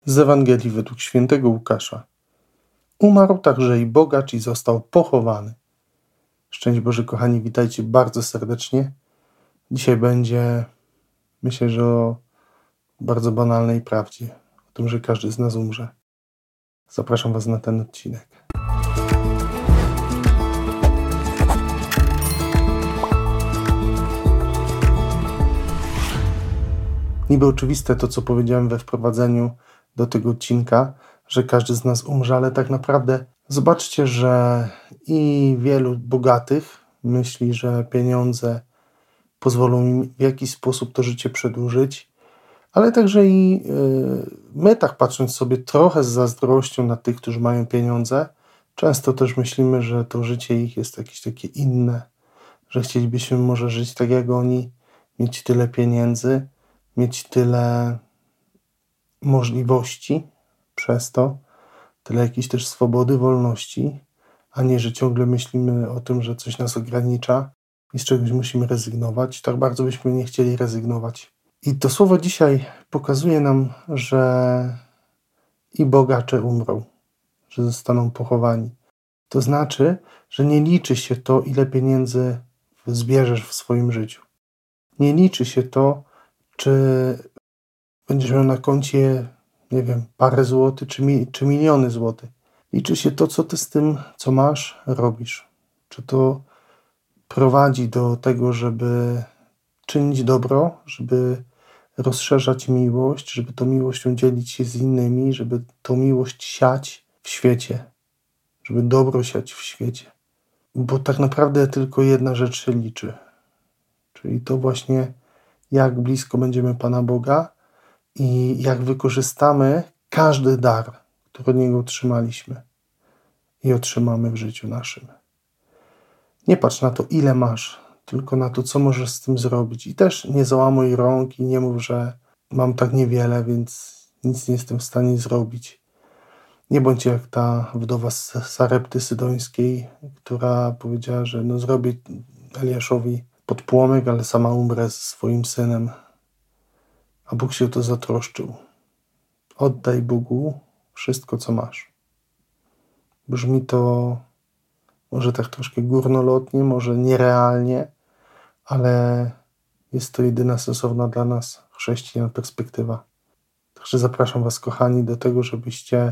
Z Ewangelii według świętego Łukasza. Umarł także i bogacz i został pochowany. Szczęść Boże, kochani, witajcie bardzo serdecznie. Dzisiaj będzie, myślę, że o bardzo banalnej prawdzie, o tym, że każdy z nas umrze. Zapraszam Was na ten odcinek. Niby oczywiste to, co powiedziałem we wprowadzeniu do tego odcinka, że każdy z nas umrze, ale tak naprawdę zobaczcie, że i wielu bogatych myśli, że pieniądze pozwolą im w jakiś sposób to życie przedłużyć, ale także i my, tak patrząc sobie trochę z zazdrością na tych, którzy mają pieniądze, często też myślimy, że to życie ich jest jakieś takie inne, że chcielibyśmy może żyć tak jak oni, mieć tyle pieniędzy, mieć tyle możliwości przez to, tyle jakiejś też swobody, wolności, a nie, że ciągle myślimy o tym, że coś nas ogranicza i z czegoś musimy rezygnować. Tak bardzo byśmy nie chcieli rezygnować. I to słowo dzisiaj pokazuje nam, że i bogacze umrą, że zostaną pochowani. To znaczy, że nie liczy się to, ile pieniędzy zbierzesz w swoim życiu. Nie liczy się to, czy będziesz miał na koncie, nie wiem, parę złotych czy miliony złotych. Liczy się to, co ty z tym, co masz, robisz. Czy to prowadzi do tego, żeby czynić dobro, żeby rozszerzać miłość, żeby tą miłością dzielić się z innymi, żeby tą miłość siać w świecie, żeby dobro siać w świecie. Bo tak naprawdę tylko jedna rzecz się liczy. Czyli to właśnie, jak blisko będziemy Pana Boga i jak wykorzystamy każdy dar, który od Niego otrzymaliśmy i otrzymamy w życiu naszym. Nie patrz na to, ile masz, tylko na to, co możesz z tym zrobić. I też nie załamuj rąk i nie mów, że mam tak niewiele, więc nic nie jestem w stanie zrobić. Nie bądź jak ta wdowa z Sarepty Sydońskiej, która powiedziała, że zrobię Eliaszowi podpłomek, ale sama umrę ze swoim synem. A Bóg się o to zatroszczył. Oddaj Bogu wszystko, co masz. Brzmi to może tak troszkę górnolotnie, może nierealnie, ale jest to jedyna sensowna dla nas chrześcijan perspektywa. Także zapraszam Was, kochani, do tego, żebyście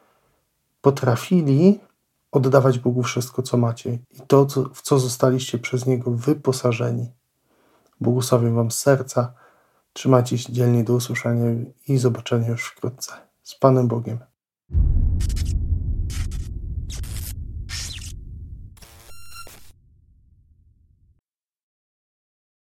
potrafili oddawać Bogu wszystko, co macie i to, w co zostaliście przez Niego wyposażeni. Błogosławię Wam z serca. Trzymajcie się dzielnie, do usłyszenia i zobaczenia już wkrótce. Z Panem Bogiem.